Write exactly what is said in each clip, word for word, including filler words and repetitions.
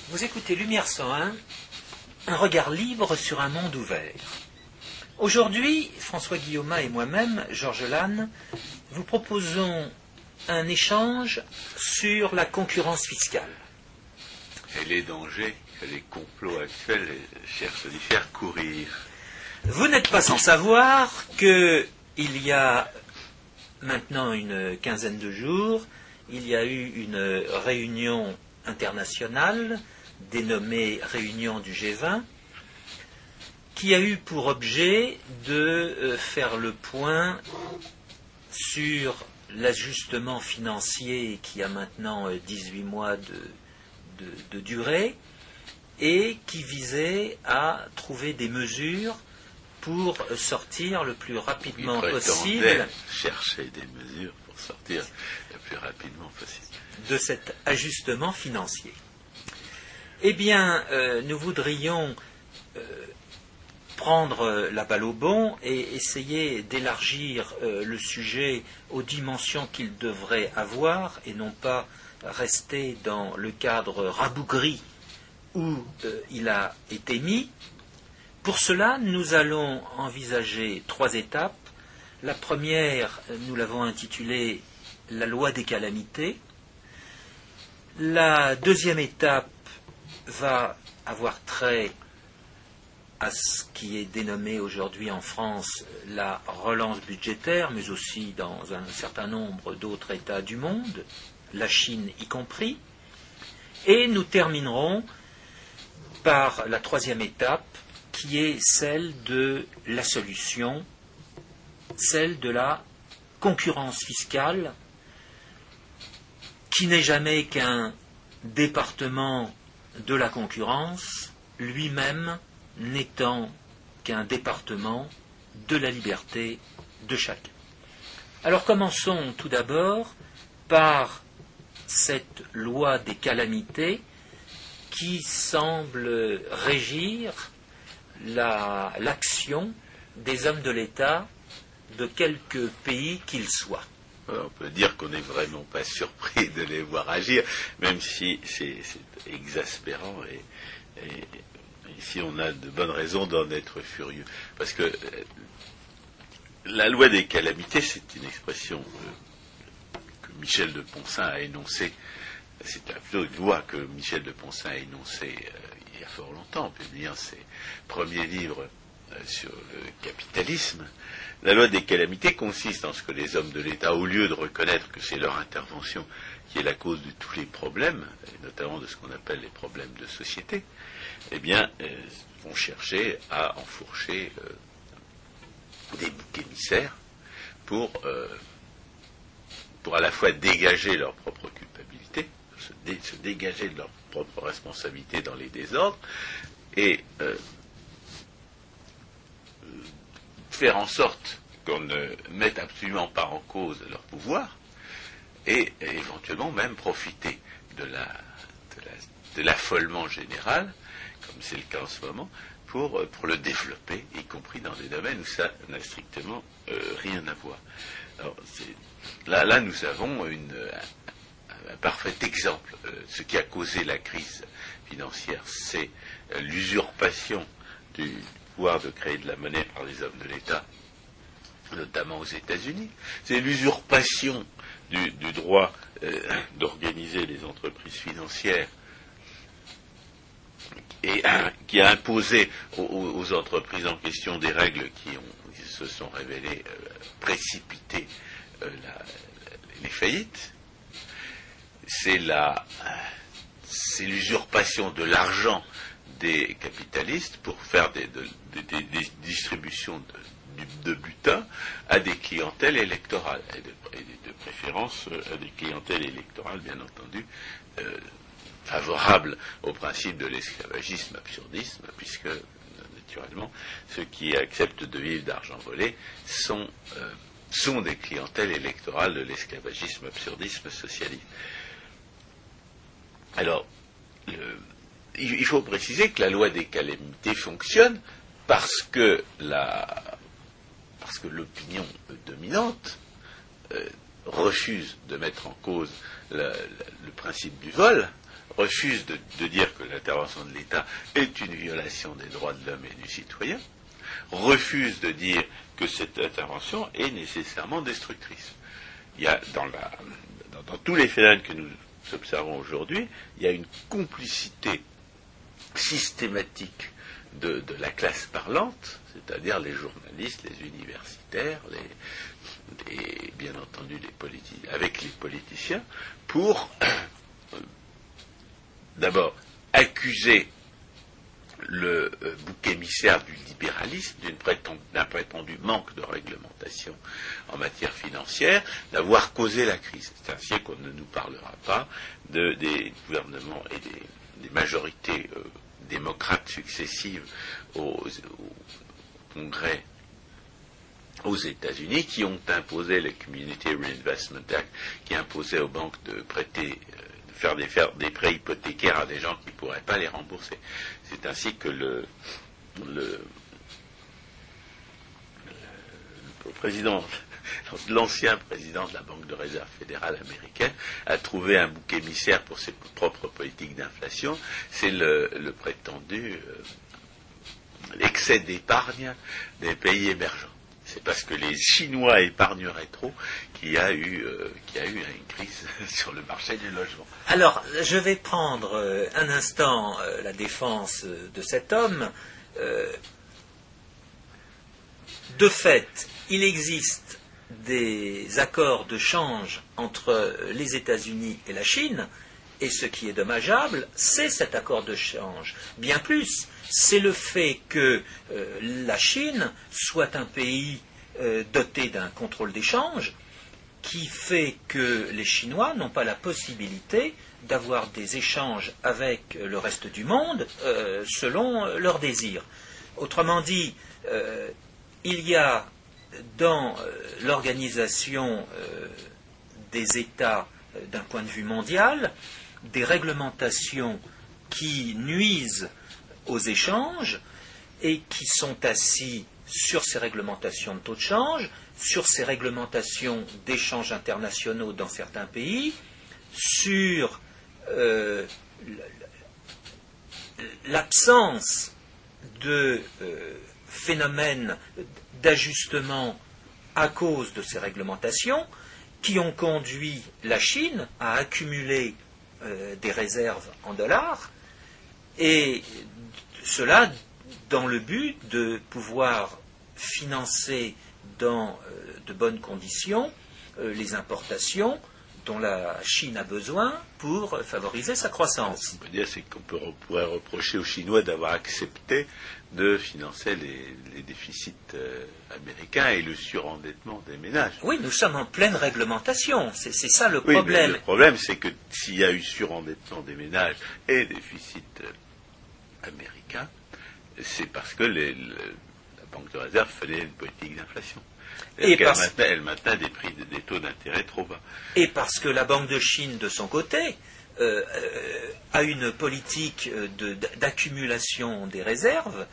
Vous écoutez Lumière cent un, un regard libre sur un monde ouvert. Aujourd'hui, François Guillaumin et moi-même, Georges Lannes, vous proposons un échange sur la concurrence fiscale. Et les dangers que les complots actuels cherchent à y faire courir. Vous n'êtes pas sans savoir qu'il y a maintenant une quinzaine de jours, il y a eu une réunion internationale dénommée Réunion du G vingt, qui a eu pour objet de faire le point sur l'ajustement financier qui a maintenant dix-huit mois de, de, de durée et qui visait à trouver des mesures pour sortir le plus rapidement possible chercher des mesures pour sortir le plus rapidement possible de cet ajustement financier. Eh bien, euh, nous voudrions euh, prendre la balle au bond et essayer d'élargir euh, le sujet aux dimensions qu'il devrait avoir et non pas rester dans le cadre rabougri où euh, il a été mis. Pour cela, nous allons envisager trois étapes. La première, nous l'avons intitulée « La loi des calamités ». La deuxième étape va avoir trait à ce qui est dénommé aujourd'hui en France la relance budgétaire, mais aussi dans un certain nombre d'autres États du monde, la Chine y compris. Et nous terminerons par la troisième étape, qui est celle de la solution, celle de la concurrence fiscale, qui n'est jamais qu'un département de la concurrence, lui-même n'étant qu'un département de la liberté de chacun. Alors commençons tout d'abord par cette loi des calamités qui semble régir la, l'action des hommes de l'État de quelque pays qu'ils soient. On peut dire qu'on n'est vraiment pas surpris de les voir agir, même si c'est, c'est exaspérant et, et, et si on a de bonnes raisons d'en être furieux. Parce que euh, la loi des calamités, c'est une expression euh, que Michel de Poncins a énoncée. C'est plutôt une loi que Michel de Poncins a énoncée euh, il y a fort longtemps, on peut dire ses premiers livres euh, sur le capitalisme. La loi des calamités consiste en ce que les hommes de l'État, au lieu de reconnaître que c'est leur intervention qui est la cause de tous les problèmes, et notamment de ce qu'on appelle les problèmes de société, eh bien, euh, vont chercher à enfourcher euh, des boucs émissaires pour, euh, pour à la fois dégager leur propre culpabilité, se, dé, se dégager de leur propre responsabilité dans les désordres, et euh, faire en sorte qu'on ne mette absolument pas en cause leur pouvoir et, et éventuellement même profiter de, la, de, la, de l'affolement général, comme c'est le cas en ce moment, pour, pour le développer, y compris dans des domaines où ça n'a strictement euh, rien à voir. Alors, c'est, là, là, nous avons une, un, un parfait exemple. Euh, ce qui a causé la crise financière, c'est euh, l'usurpation du pouvoir de créer de la monnaie par les hommes de l'État, notamment aux États-Unis. C'est l'usurpation du, du droit euh, d'organiser les entreprises financières et euh, qui a imposé aux, aux entreprises en question des règles qui, ont, qui se sont révélées euh, précipiter euh, la, les faillites. C'est, la, c'est l'usurpation de l'argent des capitalistes pour faire des, de, des, des distributions de, de, de butin à des clientèles électorales, et de, et de préférence à des clientèles électorales, bien entendu, euh, favorables au principe de l'esclavagisme absurdisme, puisque, naturellement, ceux qui acceptent de vivre d'argent volé sont, euh, sont des clientèles électorales de l'esclavagisme absurdisme socialiste. Alors, le il faut préciser que la loi des calamités fonctionne parce que, la, parce que l'opinion dominante euh, refuse de mettre en cause le, le, le principe du vol, refuse de, de dire que l'intervention de l'État est une violation des droits de l'homme et du citoyen, refuse de dire que cette intervention est nécessairement destructrice. Il y a dans, la, dans, dans tous les phénomènes que nous observons aujourd'hui, il y a une complicité systématique de, de la classe parlante, c'est-à-dire les journalistes, les universitaires, les, et bien entendu les politi- avec les politiciens, pour euh, d'abord accuser le euh, bouc émissaire du libéralisme, d'une prétend- d'un prétendu manque de réglementation en matière financière, d'avoir causé la crise. C'est ainsi qu'on ne nous parlera pas de, des gouvernements et des, des majorités euh, démocrates successives au, au Congrès aux États-Unis qui ont imposé le Community Reinvestment Act, qui imposait aux banques de prêter, euh, de faire des, faire des prêts hypothécaires à des gens qui ne pourraient pas les rembourser. C'est ainsi que le, le, le président, l'ancien président de la Banque de réserve fédérale américaine a trouvé un bouc émissaire pour ses propres politiques d'inflation. C'est le, le prétendu euh, l'excès d'épargne des pays émergents. C'est parce que les Chinois épargneraient trop qu'il y a eu, euh, qu'il y a eu une crise sur le marché du logement. Alors, je vais prendre euh, un instant euh, la défense euh, de cet homme. Euh, de fait, il existe des accords de change entre les États-Unis et la Chine, et ce qui est dommageable, c'est cet accord de change. Bien plus, c'est le fait que euh, la Chine soit un pays euh, doté d'un contrôle d'échange qui fait que les Chinois n'ont pas la possibilité d'avoir des échanges avec le reste du monde euh, selon leurs désirs. Autrement dit, euh, il y a dans euh, l'organisation euh, des États euh, d'un point de vue mondial des réglementations qui nuisent aux échanges et qui sont assis sur ces réglementations de taux de change, sur ces réglementations d'échanges internationaux dans certains pays, sur euh, l'absence de euh, phénomènes d'ajustement à cause de ces réglementations qui ont conduit la Chine à accumuler euh, des réserves en dollars, et cela dans le but de pouvoir financer dans euh, de bonnes conditions euh, les importations dont la Chine a besoin pour favoriser sa croissance. Ce qu'on peut dire, c'est qu'on peut, on pourrait reprocher aux Chinois d'avoir accepté de financer les, les déficits euh, américains et le surendettement des ménages. Oui, nous sommes en pleine réglementation, c'est, c'est ça le oui, problème. Le problème, c'est que s'il y a eu surendettement des ménages et déficit euh, américain, c'est parce que les, le, la Banque de réserve faisait une politique d'inflation. Et elle, parce... maintenait, elle maintenait des, prix, des taux d'intérêt trop bas. Et parce que la Banque de Chine, de son côté, euh, euh, a une politique de, d'accumulation des réserves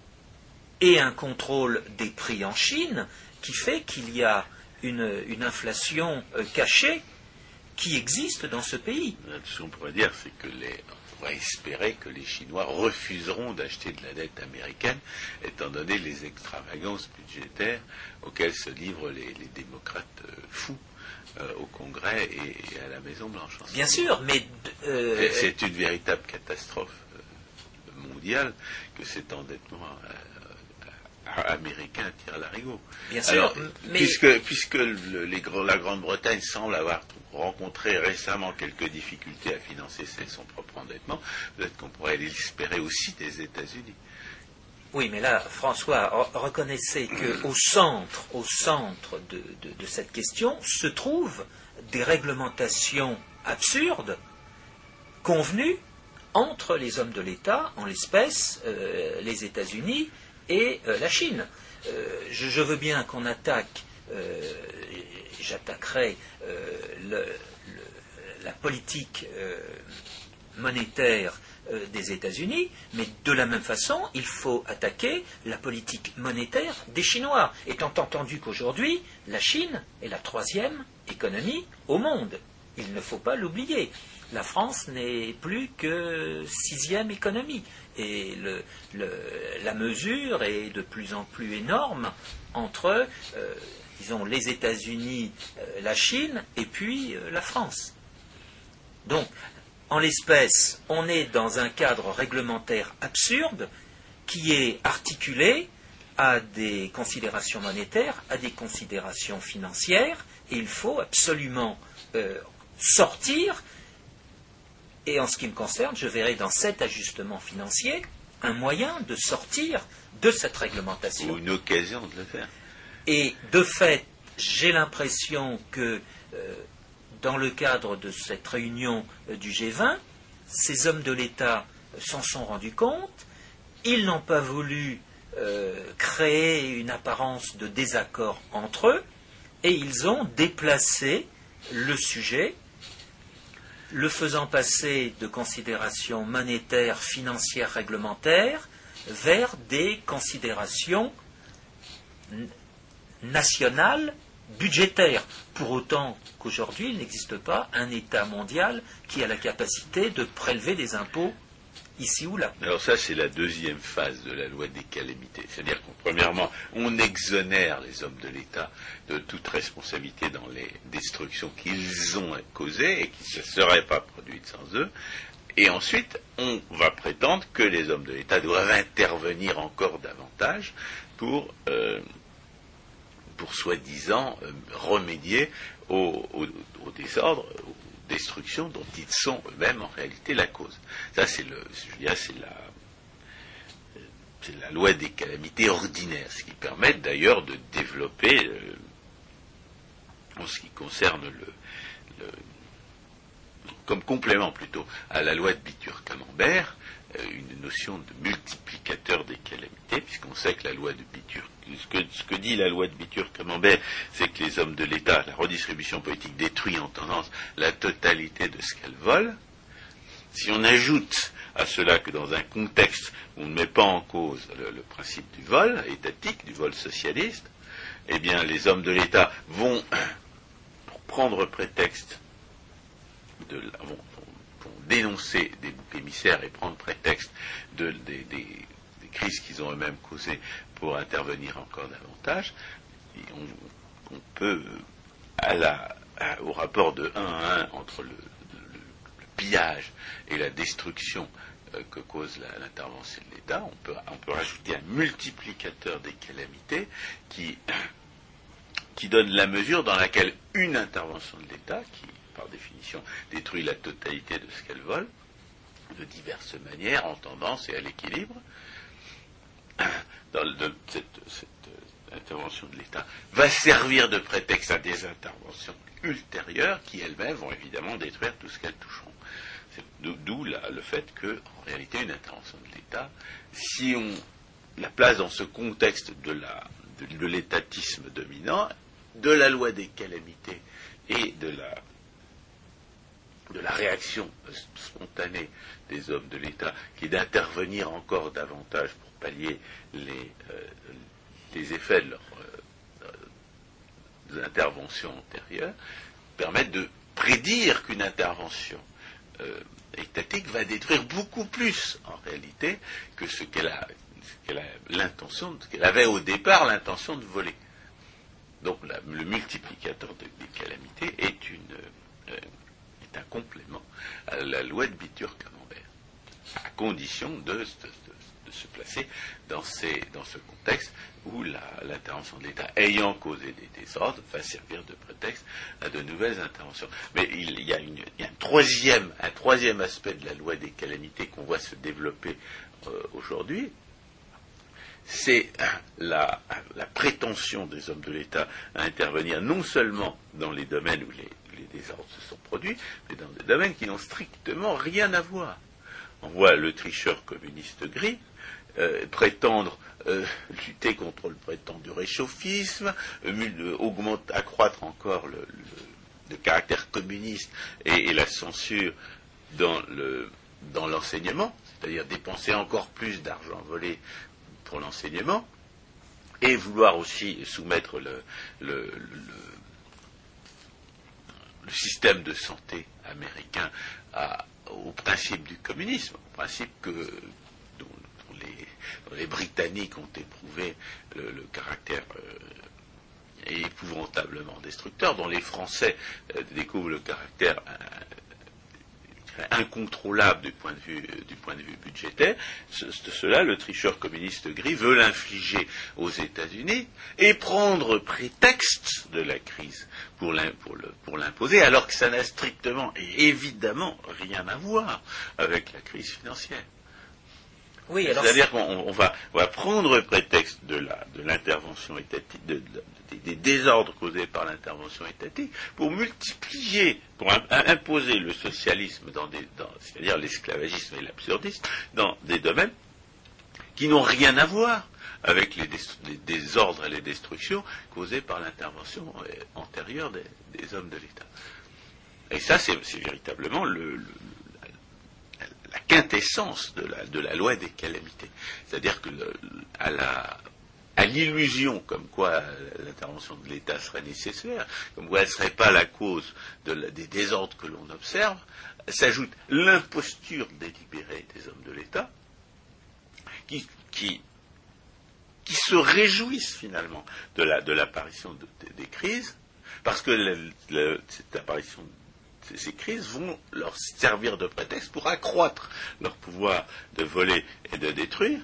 et un contrôle des prix en Chine qui fait qu'il y a une, une inflation euh, cachée qui existe dans ce pays. Ce qu'on pourrait dire, c'est que les... On va espérer que les Chinois refuseront d'acheter de la dette américaine, étant donné les extravagances budgétaires auxquelles se livrent les, les démocrates euh, fous euh, au Congrès et, et à la Maison-Blanche. Bien sûr, mais... Euh, c'est une véritable catastrophe euh, mondiale que cet endettement euh, américain tire l'arigot. Bien sûr, Alors, mais... Puisque, puisque le, les, la Grande-Bretagne semble avoir rencontré récemment quelques difficultés à financer son propre endettement, peut-être qu'on pourrait l'espérer aussi des États-Unis. Oui, mais là, François, reconnaissez qu'au centre, au centre de, de, de cette question se trouvent des réglementations absurdes, convenues entre les hommes de l'État, en l'espèce euh, les États-Unis et euh, la Chine. Euh, je, je veux bien qu'on attaque, euh, j'attaquerai euh, le, le, la politique euh, monétaire euh, des États-Unis, mais de la même façon, il faut attaquer la politique monétaire des Chinois, étant entendu qu'aujourd'hui, la Chine est la troisième économie au monde. Il ne faut pas l'oublier. la France n'est plus que sixième économie. Et le, le, la mesure est de plus en plus énorme entre, euh, disons, les États-Unis, euh, la Chine et puis euh, la France. Donc, en l'espèce, on est dans un cadre réglementaire absurde qui est articulé à des considérations monétaires, à des considérations financières, et il faut absolument euh, sortir. Et en ce qui me concerne, je verrai dans cet ajustement financier un moyen de sortir de cette réglementation. Ou une occasion de le faire. Et de fait, j'ai l'impression que euh, dans le cadre de cette réunion euh, du G vingt, ces hommes de l'État euh, s'en sont rendus compte. Ils n'ont pas voulu euh, créer une apparence de désaccord entre eux, et ils ont déplacé le sujet, le faisant passer de considérations monétaires, financières, réglementaires, vers des considérations n- nationales, budgétaires. Pour autant qu'aujourd'hui, il n'existe pas un État mondial qui a la capacité de prélever des impôts ici ou là. Alors ça, c'est la deuxième phase de la loi des calamités. C'est-à-dire qu'on, premièrement, on exonère les hommes de l'État de toute responsabilité dans les destructions qu'ils ont causées et qui ne se seraient pas produites sans eux. Et ensuite, on va prétendre que les hommes de l'État doivent intervenir encore davantage pour, euh, pour soi-disant, euh, remédier au, au, au désordre, au destruction dont ils sont eux-mêmes en réalité la cause. Ça, c'est le, je veux dire, c'est la, c'est la loi des calamités ordinaires, ce qui permet d'ailleurs de développer, euh, en ce qui concerne le, le, comme complément plutôt à la loi de Bitur-Camembert, euh, une notion de multiplicateur des calamités, puisqu'on sait que la loi de Bitur, ce que, ce que dit la loi de Bitur-Camembert, c'est que les hommes de l'État, la redistribution politique détruit en tendance la totalité de ce qu'elle vole. Si on ajoute à cela que dans un contexte où on ne met pas en cause le, le principe du vol étatique, du vol socialiste, eh bien les hommes de l'État vont, pour prendre prétexte, de, vont, vont dénoncer des boucs émissaires et prendre prétexte de, des, des, des crises qu'ils ont eux-mêmes causées pour intervenir encore davantage. Et on, on peut, à la, à, au rapport de un à un entre le, le, le pillage et la destruction euh, que cause la, l'intervention de l'État, on peut, on peut rajouter un multiplicateur des calamités qui, qui donne la mesure dans laquelle une intervention de l'État, qui par définition détruit la totalité de ce qu'elle vole, de diverses manières, en tendance et à l'équilibre, dans le, de, cette, cette euh, intervention de l'État, va servir de prétexte à des interventions ultérieures qui elles-mêmes vont évidemment détruire tout ce qu'elles toucheront. C'est d'où la, le fait que, en réalité, une intervention de l'État, si on la place dans ce contexte de, la, de, de l'étatisme dominant, de la loi des calamités et de la, de la réaction spontanée des hommes de l'État, qui est d'intervenir encore davantage pour pallier les, euh, les effets de leurs euh, interventions antérieures, permettent de prédire qu'une intervention euh, étatique va détruire beaucoup plus en réalité que ce qu'elle a, ce qu'elle a l'intention, ce qu'elle avait au départ l'intention de voler. Donc la, le multiplicateur de, des calamités est, une, euh, est un complément à la loi de Bitur-Camembert, à condition de, de, de de se placer dans, ces, dans ce contexte où la, l'intervention de l'État ayant causé des désordres va servir de prétexte à de nouvelles interventions. Mais il y a, une, il y a un, troisième, un troisième aspect de la loi des calamités qu'on voit se développer euh, aujourd'hui, c'est la, la prétention des hommes de l'État à intervenir non seulement dans les domaines où les, les désordres se sont produits, mais dans des domaines qui n'ont strictement rien à voir. On voit le tricheur communiste gris euh, prétendre euh, lutter contre le prétendu réchauffisme, euh, augmente, accroître encore le, le, le caractère communiste et, et la censure dans, le, dans l'enseignement, c'est-à-dire dépenser encore plus d'argent volé pour l'enseignement, et vouloir aussi soumettre le, le, le, le système de santé américain à, au principe du communisme, au principe que, dont, dont, les, dont les Britanniques ont éprouvé le, le caractère euh, épouvantablement destructeur, dont les Français euh, découvrent le caractère euh, incontrôlable du point de vue, du point de vue budgétaire. Ce, cela, le tricheur communiste gris veut l'infliger aux États-Unis et prendre prétexte de la crise pour, pour, le, pour l'imposer, alors que ça n'a strictement et évidemment rien à voir avec la crise financière. Oui, alors c'est-à-dire qu'on on va, on va prendre prétexte de, la, de l'intervention étatique, de, de, des, des désordres causés par l'intervention étatique, pour multiplier, pour un, imposer le socialisme, dans des, dans, c'est-à-dire l'esclavagisme et l'absurdisme, dans des domaines qui n'ont rien à voir avec les, des, les désordres et les destructions causées par l'intervention euh, antérieure des, des hommes de l'État. Et ça, c'est, c'est véritablement le, le la quintessence de la, de la loi des calamités. C'est-à-dire que le, à, la, à l'illusion comme quoi l'intervention de l'État serait nécessaire, comme quoi elle ne serait pas la cause de la, des désordres que l'on observe, s'ajoute l'imposture délibérée des hommes de l'État qui, qui, qui se réjouissent finalement de, la, de l'apparition de, de, des crises, parce que le, le, cette apparition ces crises vont leur servir de prétexte pour accroître leur pouvoir de voler et de détruire,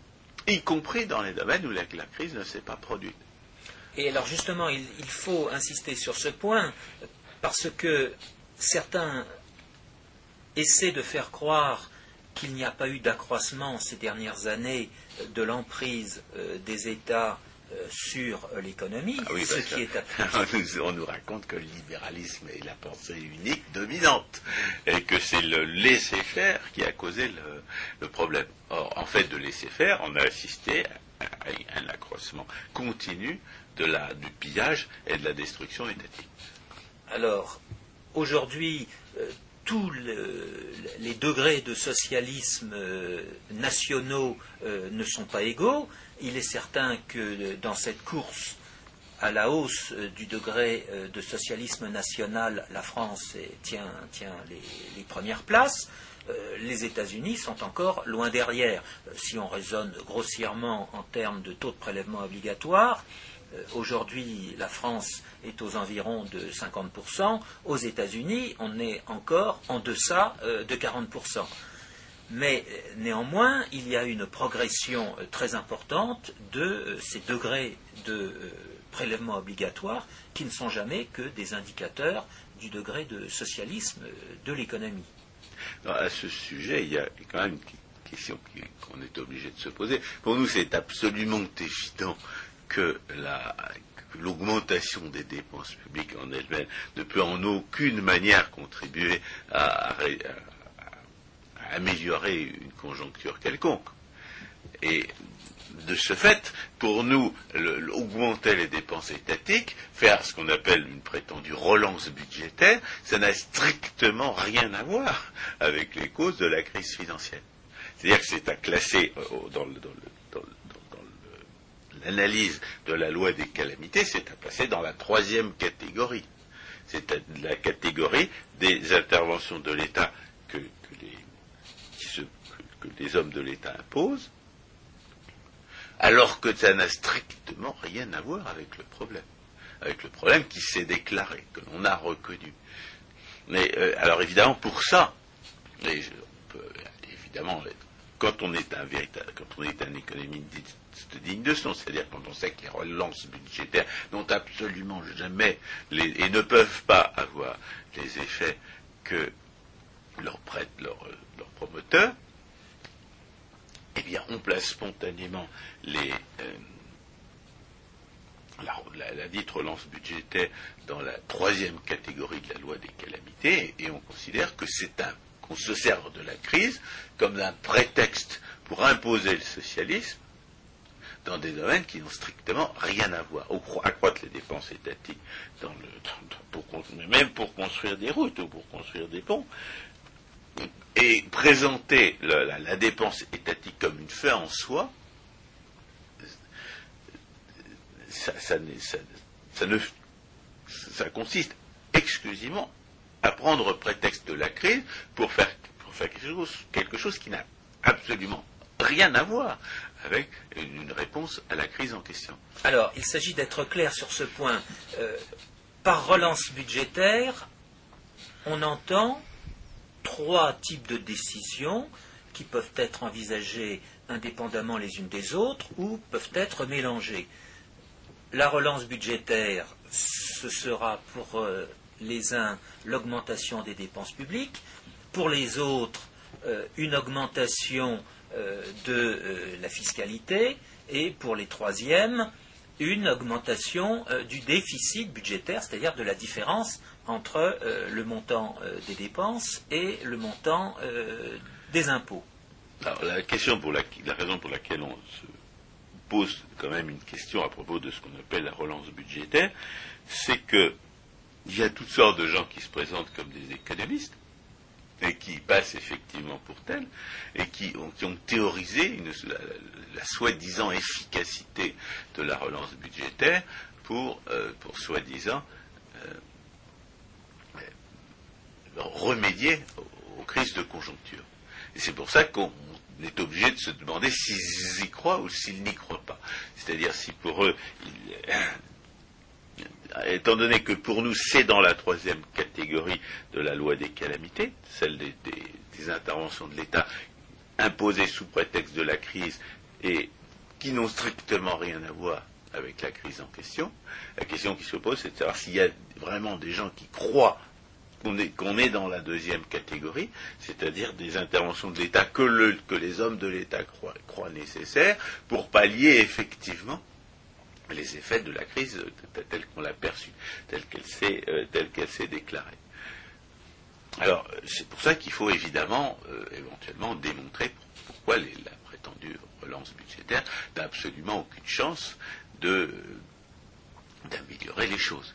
y compris dans les domaines où la, la crise ne s'est pas produite. Et alors justement, il, il faut insister sur ce point, parce que certains essaient de faire croire qu'il n'y a pas eu d'accroissement ces dernières années de l'emprise euh, des États sur l'économie, ah oui, ce qui est on, on nous raconte que le libéralisme est la pensée unique dominante et que c'est le laisser-faire qui a causé le, le problème. Or, en fait, de laisser-faire, on a assisté à, à un accroissement continu de la, du pillage et de la destruction étatique. Alors, aujourd'hui, euh, tous le, les degrés de socialisme euh, nationaux euh, ne sont pas égaux. Il est certain que dans cette course à la hausse euh, du degré euh, de socialisme national, la France est, tient, tient les, les premières places. Euh, les États-Unis sont encore loin derrière. Euh, si on raisonne grossièrement en termes de taux de prélèvement obligatoire, euh, aujourd'hui la France est aux environs de cinquante pour cent. Aux États-Unis, on est encore en deçà euh, de quarante pour cent. Mais néanmoins, il y a une progression très importante de ces degrés de prélèvement obligatoire qui ne sont jamais que des indicateurs du degré de socialisme de l'économie. Alors, à ce sujet, il y a quand même une question qu'on est obligé de se poser. Pour nous, c'est absolument évident que la, que l'augmentation des dépenses publiques en elles-mêmes ne peut en aucune manière contribuer à, à améliorer une conjoncture quelconque. Et de ce fait, pour nous, le, le, augmenter les dépenses étatiques, faire ce qu'on appelle une prétendue relance budgétaire, ça n'a strictement rien à voir avec les causes de la crise financière. C'est-à-dire que c'est à classer euh, dans, le, dans, le, dans, le, dans le, l'analyse de la loi des calamités, c'est à placer dans la troisième catégorie. C'est la catégorie des interventions de l'État que, que les que les hommes de l'État imposent, alors que ça n'a strictement rien à voir avec le problème, avec le problème qui s'est déclaré, que l'on a reconnu. Mais euh, alors évidemment pour ça, et je, on peut, évidemment, quand on est un véritable, quand on est un économiste digne de son, c'est-à-dire quand on sait que les relances budgétaires n'ont absolument jamais les, et ne peuvent pas avoir les effets que leur prête leur, leur promoteur, eh bien, on place spontanément les, euh, la, la, la dite relance budgétaire dans la troisième catégorie de la loi des calamités, et, et on considère que c'est un, qu'on se sert de la crise comme un prétexte pour imposer le socialisme dans des domaines qui n'ont strictement rien à voir. Ou accroître les dépenses étatiques, dans le, dans, pour, même pour construire des routes ou pour construire des ponts, et présenter la, la, la dépense étatique comme une fin en soi, ça, ça, ça, ça, ne, ça consiste exclusivement à prendre prétexte de la crise pour faire, pour faire quelque chose, quelque chose qui n'a absolument rien à voir avec une réponse à la crise en question. Alors, il s'agit d'être clair sur ce point. Euh, par relance budgétaire, on entend trois types de décisions qui peuvent être envisagées indépendamment les unes des autres ou peuvent être mélangées. La relance budgétaire, ce sera pour euh, les uns l'augmentation des dépenses publiques, pour les autres euh, une augmentation euh, de euh, la fiscalité et pour les troisièmes une augmentation euh, du déficit budgétaire, c'est-à-dire de la différence entre euh, le montant euh, des dépenses et le montant euh, des impôts. Alors la question pour la, la raison pour laquelle on se pose quand même une question à propos de ce qu'on appelle la relance budgétaire, c'est que il y a toutes sortes de gens qui se présentent comme des économistes et qui passent effectivement pour tels et qui ont, qui ont théorisé une, la, la soi-disant efficacité de la relance budgétaire pour, euh, pour soi-disant euh, remédier aux, aux crises de conjoncture. Et c'est pour ça qu'on est obligé de se demander s'ils y croient ou s'ils n'y croient pas. C'est-à-dire si pour eux, ils, étant donné que pour nous c'est dans la troisième catégorie de la loi des calamités, celle des, des, des interventions de l'État imposées sous prétexte de la crise et qui n'ont strictement rien à voir avec la crise en question, la question qui se pose c'est de savoir s'il y a vraiment des gens qui croient qu'on est, qu'on est dans la deuxième catégorie, c'est-à-dire des interventions de l'État que, le, que les hommes de l'État croient, croient nécessaires pour pallier effectivement les effets de la crise telle qu'on l'a perçue, telle qu'elle s'est, euh, telle qu'elle s'est déclarée. Alors, c'est pour ça qu'il faut évidemment, euh, éventuellement, démontrer pourquoi les, la prétendue relance budgétaire n'a absolument aucune chance de, euh, d'améliorer les choses.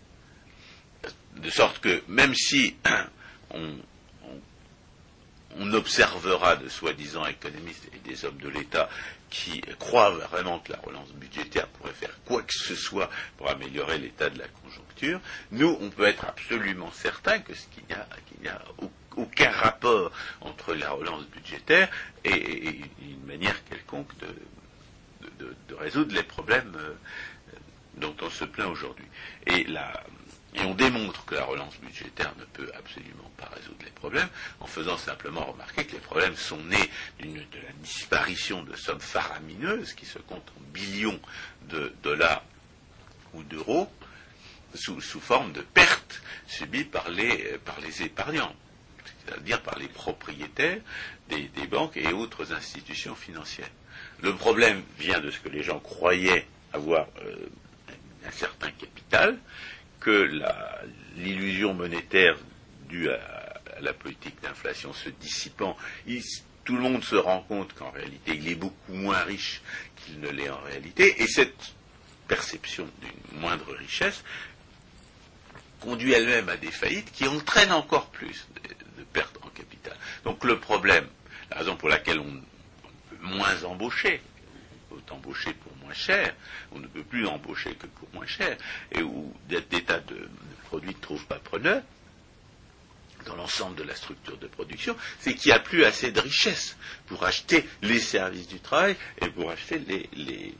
De sorte que, même si on, on, on observera de soi-disant économistes et des hommes de l'État qui croient vraiment que la relance budgétaire pourrait faire quoi que ce soit pour améliorer l'état de la conjoncture, nous, on peut être absolument certain que ce qu'il n'y a, qu'il n'y a aucun rapport entre la relance budgétaire et, et une manière quelconque de, de, de, de résoudre les problèmes euh, dont on se plaint aujourd'hui. Et la Et on démontre que la relance budgétaire ne peut absolument pas résoudre les problèmes en faisant simplement remarquer que les problèmes sont nés d'une, de la disparition de sommes faramineuses qui se comptent en billions de dollars ou d'euros sous, sous forme de pertes subies par les, par les épargnants, c'est-à-dire par les propriétaires des, des banques et autres institutions financières. Le problème vient de ce que les gens croyaient avoir euh, un certain capital, que la, l'illusion monétaire due à, à la politique d'inflation se dissipant, il, tout le monde se rend compte qu'en réalité il est beaucoup moins riche qu'il ne l'est en réalité, et cette perception d'une moindre richesse conduit elle-même à des faillites qui entraînent encore plus de, de pertes en capital. Donc le problème, la raison pour laquelle on, on peut moins embaucher, embaucher pour moins cher, on ne peut plus embaucher que pour moins cher, et où des, des tas de, de produits ne trouvent pas preneur dans l'ensemble de la structure de production, c'est qu'il n'y a plus assez de richesse pour acheter les services du travail et pour acheter les, les,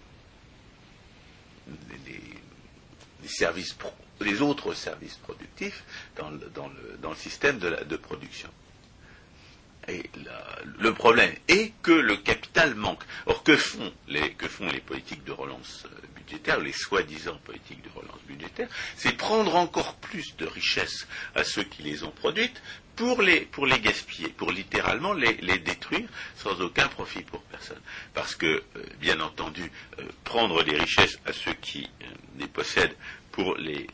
les, les services pro, les autres services productifs dans le, dans le, dans le système de, la, de production. Et la, le problème est que le capital manque. Or, que font les, que font les politiques de relance budgétaire, les soi-disant politiques de relance budgétaire, c'est prendre encore plus de richesses à ceux qui les ont produites pour les, pour les gaspiller, pour littéralement les, les détruire sans aucun profit pour personne. Parce que, euh, bien entendu, euh, prendre les richesses à ceux qui euh, les possèdent pour les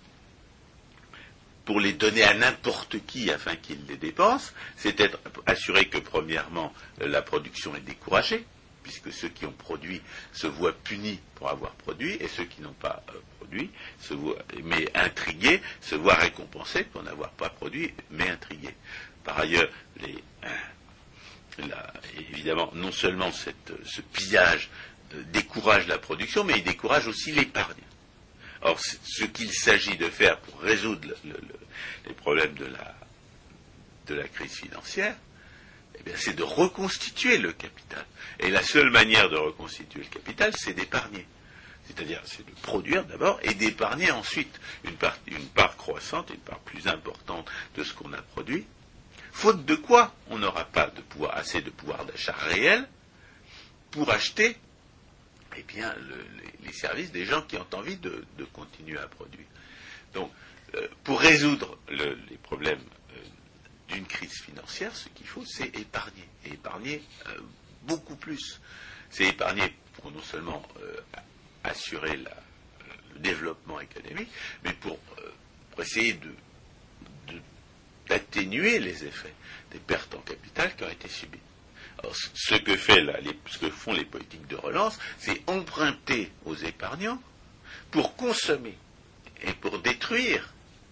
pour les donner à n'importe qui afin qu'il les dépense, c'est être assuré que, premièrement, la production est découragée, puisque ceux qui ont produit se voient punis pour avoir produit, et ceux qui n'ont pas euh, produit, se voient, mais intrigués, se voient récompensés pour n'avoir pas produit, mais intrigués. Par ailleurs, les, euh, la, évidemment, non seulement cette, ce pillage euh, décourage la production, mais il décourage aussi l'épargne. Or, ce qu'il s'agit de faire pour résoudre le, le, les problèmes de la, de la crise financière, eh bien, c'est de reconstituer le capital. Et la seule manière de reconstituer le capital, c'est d'épargner. C'est-à-dire, c'est de produire d'abord et d'épargner ensuite une part, une part croissante, une part plus importante de ce qu'on a produit. Faute de quoi, on n'aura pas de pouvoir, assez de pouvoir d'achat réel pour acheter eh bien, le, les, les services des gens qui ont envie de, de continuer à produire. Donc, euh, pour résoudre le, les problèmes euh, d'une crise financière, ce qu'il faut, c'est épargner. Et épargner euh, beaucoup plus. C'est épargner pour non seulement euh, assurer la, le développement économique, mais pour, euh, pour essayer de, de, d'atténuer les effets des pertes en capital qui ont été subies. Alors, ce que, fait la, les, ce que font les politiques de relance, c'est emprunter aux épargnants pour consommer et pour détruire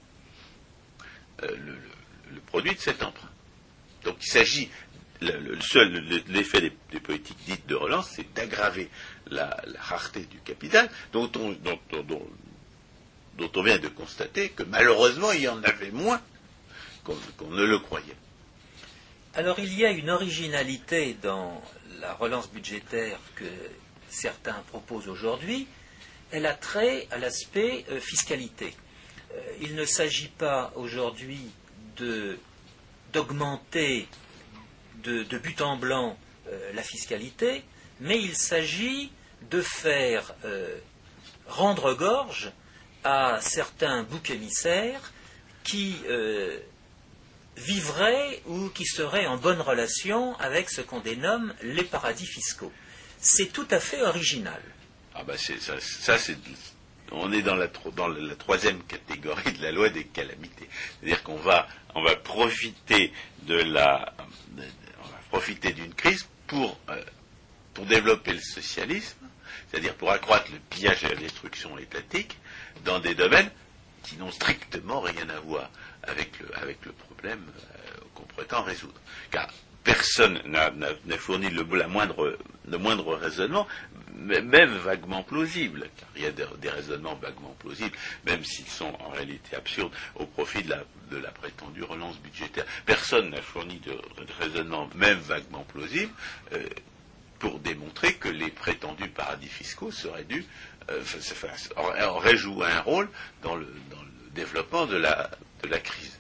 euh, le, le, le produit de cet emprunt. Donc il s'agit, le, le seul le, l'effet des, des politiques dites de relance, c'est d'aggraver la, la rareté du capital, dont on, dont, dont, dont on vient de constater que malheureusement il y en avait moins qu'on, qu'on ne le croyait. Alors il y a une originalité dans la relance budgétaire que certains proposent aujourd'hui. Elle a trait à l'aspect euh, fiscalité. Euh, il ne s'agit pas aujourd'hui de, d'augmenter de, de but en blanc euh, la fiscalité, mais il s'agit de faire euh, rendre gorge à certains boucs émissaires qui euh, vivraient ou qui seraient en bonne relation avec ce qu'on dénomme les paradis fiscaux. C'est tout à fait original. Ah ben c'est, ça, ça c'est, on est dans la, dans la troisième catégorie de la loi des calamités. C'est-à-dire qu'on va, on va profiter de la, de, on va profiter d'une crise pour, euh, pour développer le socialisme, c'est-à-dire pour accroître le pillage et la destruction étatique dans des domaines qui n'ont strictement rien à voir avec le, avec le problème euh, qu'on prétend résoudre. Car personne n'a, n'a, n'a fourni le, la moindre, le moindre raisonnement, même vaguement plausible, car il y a des, des raisonnements vaguement plausibles, même s'ils sont en réalité absurdes, au profit de la, de la prétendue relance budgétaire. Personne n'a fourni de, de raisonnement, même vaguement plausible, euh, pour démontrer que les prétendus paradis fiscaux seraient dus, euh, auraient joué un rôle dans le, dans le développement de la, de la crise.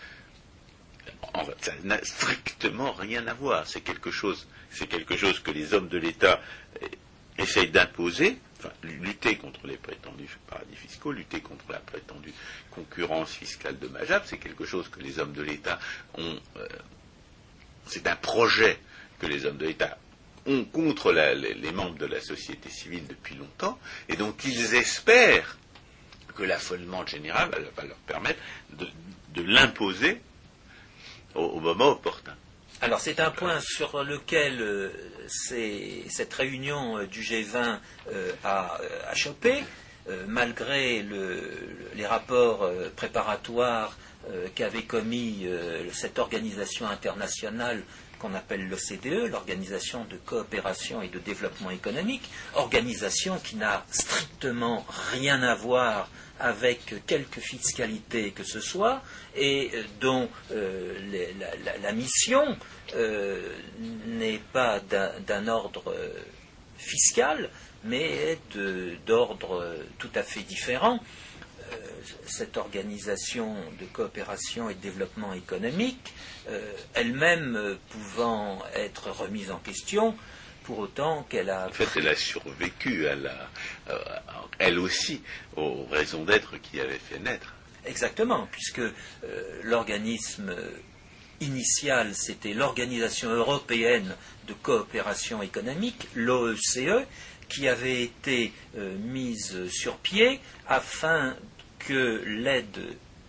En fait, ça n'a strictement rien à voir. C'est quelque chose, c'est quelque chose que les hommes de l'État essayent d'imposer, enfin, lutter contre les prétendus paradis fiscaux, lutter contre la prétendue concurrence fiscale dommageable, c'est quelque chose que les hommes de l'État ont, euh, c'est un projet que les hommes de l'État ont contre la, les, les membres de la société civile depuis longtemps, et donc ils espèrent que l'affolement général va, va leur permettre de, de l'imposer au, au moment opportun. Alors c'est un point sur lequel euh, c'est, cette réunion euh, du G vingt euh, a, a chopé, euh, malgré le, le, les rapports euh, préparatoires euh, qu'avait commis euh, cette organisation internationale qu'on appelle l'O C D E, l'Organisation de coopération et de développement économique, organisation qui n'a strictement rien à voir avec quelque fiscalité que ce soit, et dont euh, les, la, la, la mission euh, n'est pas d'un, d'un ordre euh, fiscal, mais de, d'ordre euh, tout à fait différent. Euh, cette organisation de coopération et de développement économique, euh, elle-même euh, pouvant être remise en question, pour autant qu'elle a... En fait, elle a survécu, elle, a, euh, elle aussi, aux raisons d'être qui avaient fait naître. Exactement, puisque euh, l'organisme initial, c'était l'Organisation européenne de coopération économique, l'O E C E, qui avait été euh, mise sur pied afin que l'aide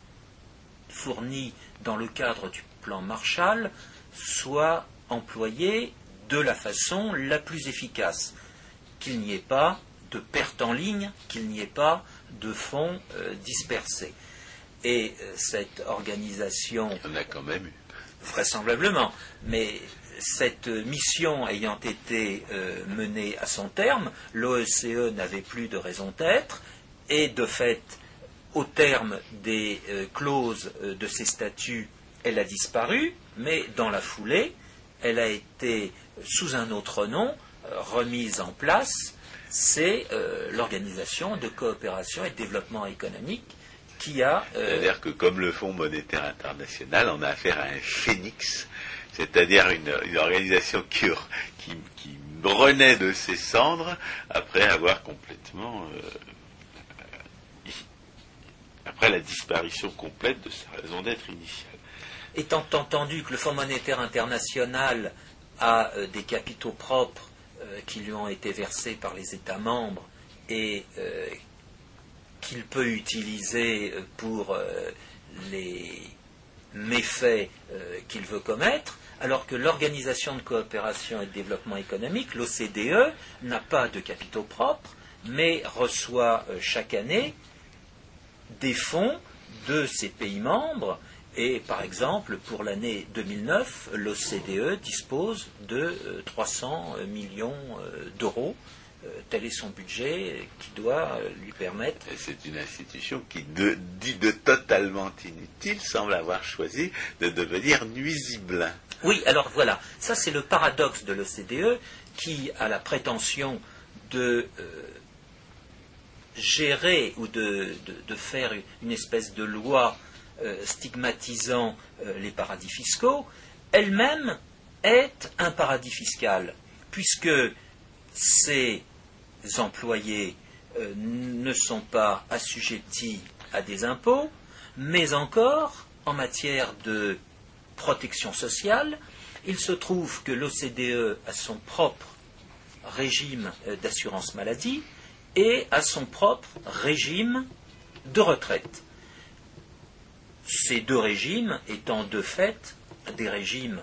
fournie dans le cadre du plan Marshall soit employée de la façon la plus efficace, qu'il n'y ait pas de perte en ligne, qu'il n'y ait pas de fonds euh, dispersés. Et euh, cette organisation... Il y en a quand même eu. Vraisemblablement, mais cette mission ayant été euh, menée à son terme, l'O E C E n'avait plus de raison d'être, et de fait, au terme des euh, clauses euh, de ces statuts, elle a disparu, mais dans la foulée, elle a été, sous un autre nom, euh, remise en place. C'est euh, l'Organisation de coopération et de développement économique qui a... Euh... C'est-à-dire que comme le Fonds monétaire international, on a affaire à un phénix, c'est-à-dire une, une organisation qui, qui, qui renaît de ses cendres après avoir complètement... Euh, après la disparition complète de sa raison d'être initiale. Étant entendu que le Fonds monétaire international a euh, des capitaux propres euh, qui lui ont été versés par les États membres et euh, qu'il peut utiliser pour euh, les méfaits euh, qu'il veut commettre, alors que l'Organisation de coopération et de développement économique, l'O C D E, n'a pas de capitaux propres, mais reçoit euh, chaque année des fonds de ses pays membres. Et par exemple, pour l'année deux mille neuf, l'O C D E dispose de euh, trois cents millions euh, d'euros. Euh, tel est son budget qui doit euh, lui permettre... C'est une institution qui, de, dit de totalement inutile, semble avoir choisi de devenir nuisible. Oui, alors voilà, ça c'est le paradoxe de l'O C D E qui a la prétention de... Euh, gérer ou de, de, de faire une espèce de loi euh, stigmatisant euh, les paradis fiscaux, elle-même est un paradis fiscal, puisque ses employés euh, ne sont pas assujettis à des impôts, mais encore, en matière de protection sociale, il se trouve que l'O C D E a son propre régime euh, d'assurance maladie, et à son propre régime de retraite. Ces deux régimes étant de fait des régimes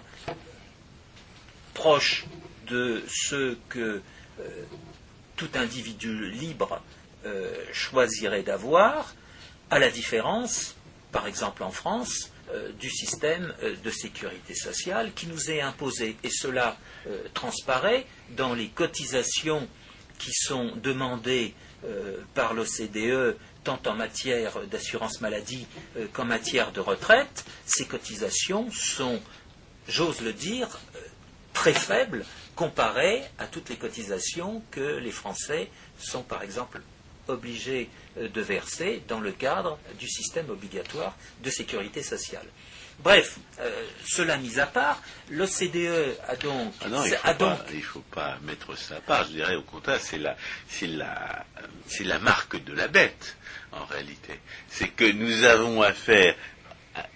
proches de ceux que euh, tout individu libre euh, choisirait d'avoir, à la différence, par exemple en France, euh, du système euh, de sécurité sociale qui nous est imposé. Et cela euh, transparaît dans les cotisations qui sont demandées euh, par l'O C D E, tant en matière d'assurance maladie euh, qu'en matière de retraite. Ces cotisations sont, j'ose le dire, euh, très faibles comparées à toutes les cotisations que les Français sont, par exemple, obligés euh, de verser dans le cadre du système obligatoire de sécurité sociale. Bref, euh, cela mis à part, l'O C D E a donc... Ah non, il ne faut, donc... faut pas mettre ça à part. Je dirais au contraire, c'est la, c'est la, c'est la marque de la bête, en réalité. C'est que nous avons affaire à,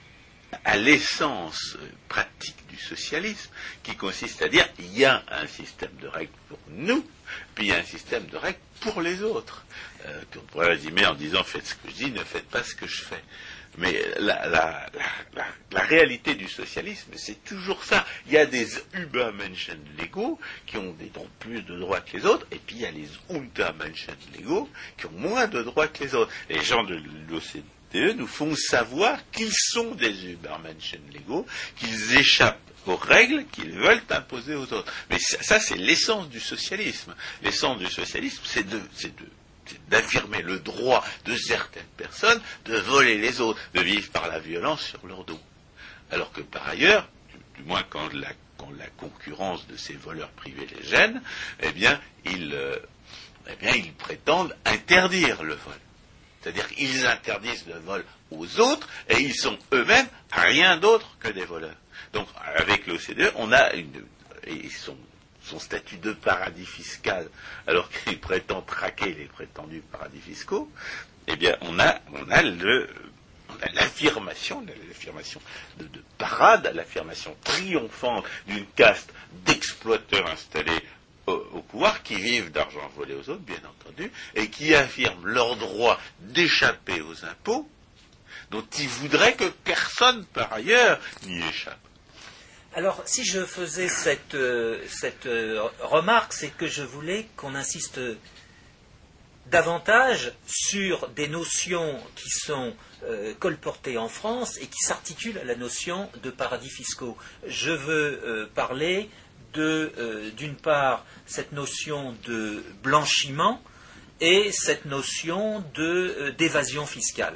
à l'essence pratique du socialisme, qui consiste à dire il y a un système de règles pour nous, puis il y a un système de règles pour les autres. Euh, qu'on pourrait résumer en disant faites ce que je dis, ne faites pas ce que je fais. Mais la, la, la, la, la réalité du socialisme, c'est toujours ça. Il y a des Übermenschen légaux qui ont des, ont plus de droits que les autres, et puis il y a les Untermenschen légaux qui ont moins de droits que les autres. Les gens de l'O C D E nous font savoir qu'ils sont des Übermenschen légaux, qu'ils échappent aux règles qu'ils veulent imposer aux autres. Mais ça, ça c'est l'essence du socialisme. L'essence du socialisme, c'est de... C'est de c'est d'affirmer le droit de certaines personnes de voler les autres, de vivre par la violence sur leur dos. Alors que par ailleurs, du, du moins quand la, quand la concurrence de ces voleurs privés les gêne, eh bien, ils, euh, eh bien, ils prétendent interdire le vol. C'est-à-dire qu'ils interdisent le vol aux autres et ils sont eux-mêmes rien d'autre que des voleurs. Donc, avec l'O C D E, on a une... Et ils sont son statut de paradis fiscal, alors qu'il prétend traquer les prétendus paradis fiscaux, eh bien, on a, on a le, on a l'affirmation, l'affirmation de, de parade, l'affirmation triomphante d'une caste d'exploiteurs installés au, au pouvoir, qui vivent d'argent volé aux autres, bien entendu, et qui affirment leur droit d'échapper aux impôts, dont ils voudraient que personne, par ailleurs, n'y échappe. Alors, si je faisais cette, euh, cette euh, remarque, c'est que je voulais qu'on insiste davantage sur des notions qui sont euh, colportées en France et qui s'articulent à la notion de paradis fiscaux. Je veux euh, parler de, euh, d'une part, cette notion de blanchiment et cette notion de, euh, d'évasion fiscale.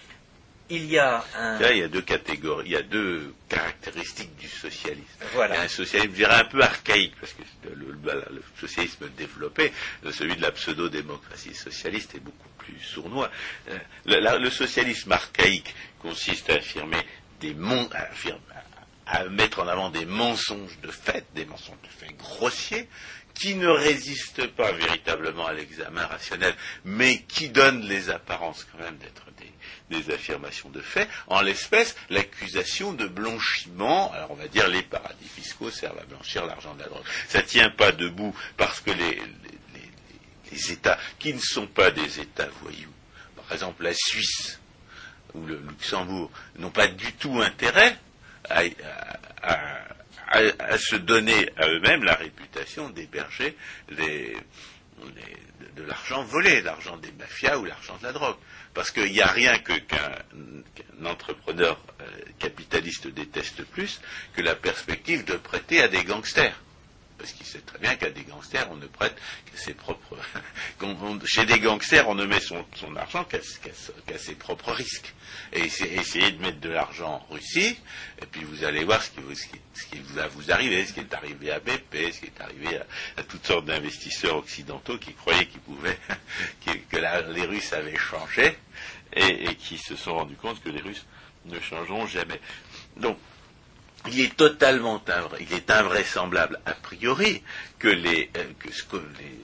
Il y a un... Là, il y a deux catégories, il y a deux caractéristiques du socialisme. Voilà. Il y a un socialisme, je dirais, un peu archaïque, parce que le, le, le socialisme développé, celui de la pseudo-démocratie socialiste, est beaucoup plus sournois. Le, la, le socialisme archaïque consiste à affirmer des mon, à, affirmer, à mettre en avant des mensonges de fait, des mensonges de fait grossiers, qui ne résistent pas véritablement à l'examen rationnel, mais qui donnent les apparences quand même d'être des, des affirmations de fait. En l'espèce, l'accusation de blanchiment, alors on va dire les paradis fiscaux servent à blanchir l'argent de la drogue. Ça ne tient pas debout parce que les, les, les, les États qui ne sont pas des États voyous, par exemple la Suisse ou le Luxembourg, n'ont pas du tout intérêt à, à, à À, à se donner à eux-mêmes la réputation d'héberger les, les, de, de l'argent volé, l'argent des mafias ou l'argent de la drogue. Parce qu'il n'y a rien que, qu'un, qu'un entrepreneur euh, capitaliste déteste plus que la perspective de prêter à des gangsters. Parce qu'il sait très bien qu'à des gangsters, on ne prête qu'à ses propres... on, chez des gangsters, on ne met son, son argent qu'à, qu'à, qu'à ses propres risques. Et essayez de mettre de l'argent en Russie, et puis vous allez voir ce qui, vous, ce qui, ce qui va vous arriver, ce qui est arrivé à B P, ce qui est arrivé à, à toutes sortes d'investisseurs occidentaux qui croyaient qu'ils pouvaient, que la, les Russes avaient changé, et, et qui se sont rendus compte que les Russes ne changeront jamais. Donc, il est totalement invra... il est invraisemblable a priori que les euh, que ce que les,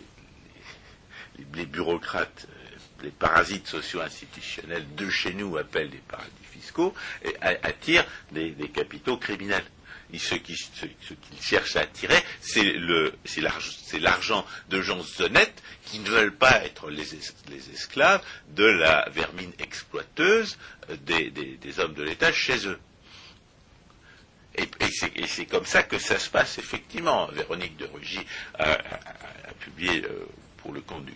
les, les bureaucrates, euh, les parasites socio-institutionnels de chez nous appellent des paradis fiscaux, et attirent des, des capitaux criminels. Et ce qu'ils ce, ce qu'ils cherchent à attirer, c'est le c'est l'argent, c'est l'argent de gens honnêtes qui ne veulent pas être les, es, les esclaves de la vermine exploiteuse des, des, des hommes de l'État chez eux. Et, et, c'est, et c'est comme ça que ça se passe, effectivement. Véronique de Rugy a, a, a, a publié euh, pour le compte du,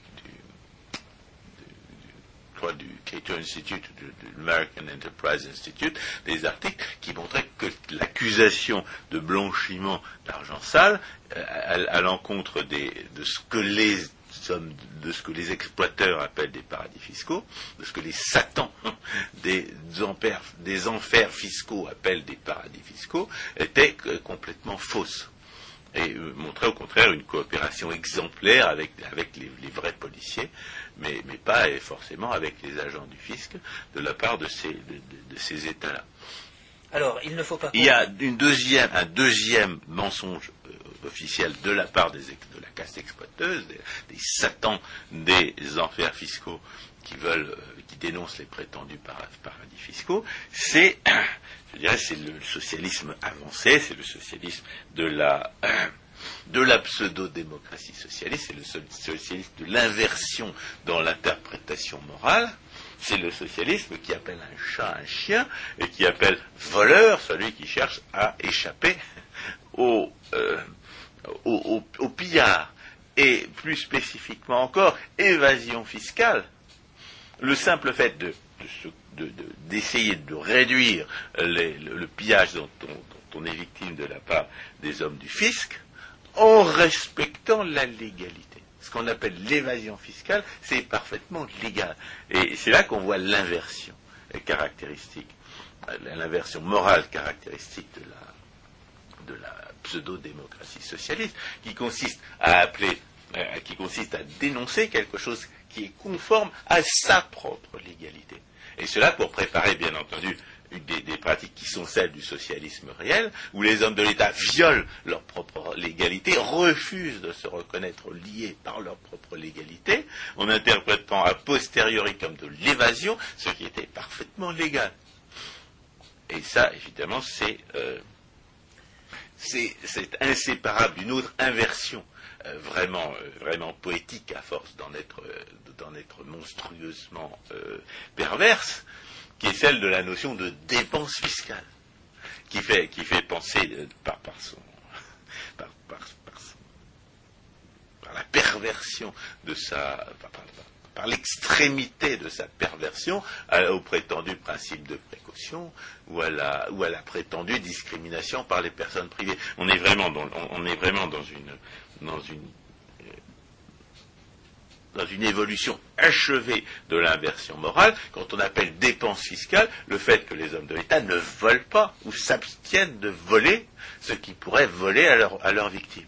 du, du, du Cato Institute, du, de l'American Enterprise Institute, des articles qui montraient que l'accusation de blanchiment d'argent sale, euh, à, à l'encontre des, de ce que les de ce que les exploiteurs appellent des paradis fiscaux, de ce que les satans des enfers, des enfers fiscaux appellent des paradis fiscaux, était euh, complètement fausse. Et euh, montrait au contraire une coopération exemplaire avec, avec les, les vrais policiers, mais, mais pas et forcément avec les agents du fisc de la part de ces, de, de, de ces États-là. Alors, il ne faut pas... Il y a une deuxième, un deuxième mensonge euh, officiel de la part des, de la caste exploiteuse, des, des satans des enfers fiscaux qui veulent, euh, qui dénoncent les prétendus paradis fiscaux, c'est, je dirais, c'est le socialisme avancé, c'est le socialisme de la, de la pseudo-démocratie socialiste, c'est le socialisme de l'inversion dans l'interprétation morale. C'est le socialisme qui appelle un chat un chien et qui appelle voleur celui qui cherche à échapper au, euh, au, au, au pillard. Et plus spécifiquement encore, évasion fiscale. Le simple fait de, de, de, de, d'essayer de réduire les, le, le pillage dont on, dont on est victime de la part des hommes du fisc en respectant la légalité. Ce qu'on appelle l'évasion fiscale, c'est parfaitement légal. Et c'est là qu'on voit l'inversion caractéristique, l'inversion morale caractéristique de la, de la pseudo-démocratie socialiste, qui consiste à appeler, euh, qui consiste à dénoncer quelque chose qui est conforme à sa propre légalité. Et cela pour préparer, bien entendu, Des, des pratiques qui sont celles du socialisme réel, où les hommes de l'État violent leur propre légalité, refusent de se reconnaître liés par leur propre légalité, en interprétant a posteriori comme de l'évasion ce qui était parfaitement légal. Et ça, évidemment, c'est, euh, c'est, c'est inséparable d'une autre inversion euh, vraiment, euh, vraiment poétique, à force d'en être, euh, d'en être monstrueusement euh, perverse, qui est celle de la notion de dépense fiscale, qui fait, qui fait penser euh, par, par, son, par, par, par, son, par la perversion de sa, par, par, par l'extrémité de sa perversion à, au prétendu principe de précaution ou à, la, ou à la prétendue discrimination par les personnes privées. On est vraiment dans, on, on est vraiment dans une, dans une dans une évolution achevée de l'inversion morale, quand on appelle dépense fiscale le fait que les hommes de l'État ne volent pas ou s'abstiennent de voler ce qui pourrait voler à leur, à leurs victimes.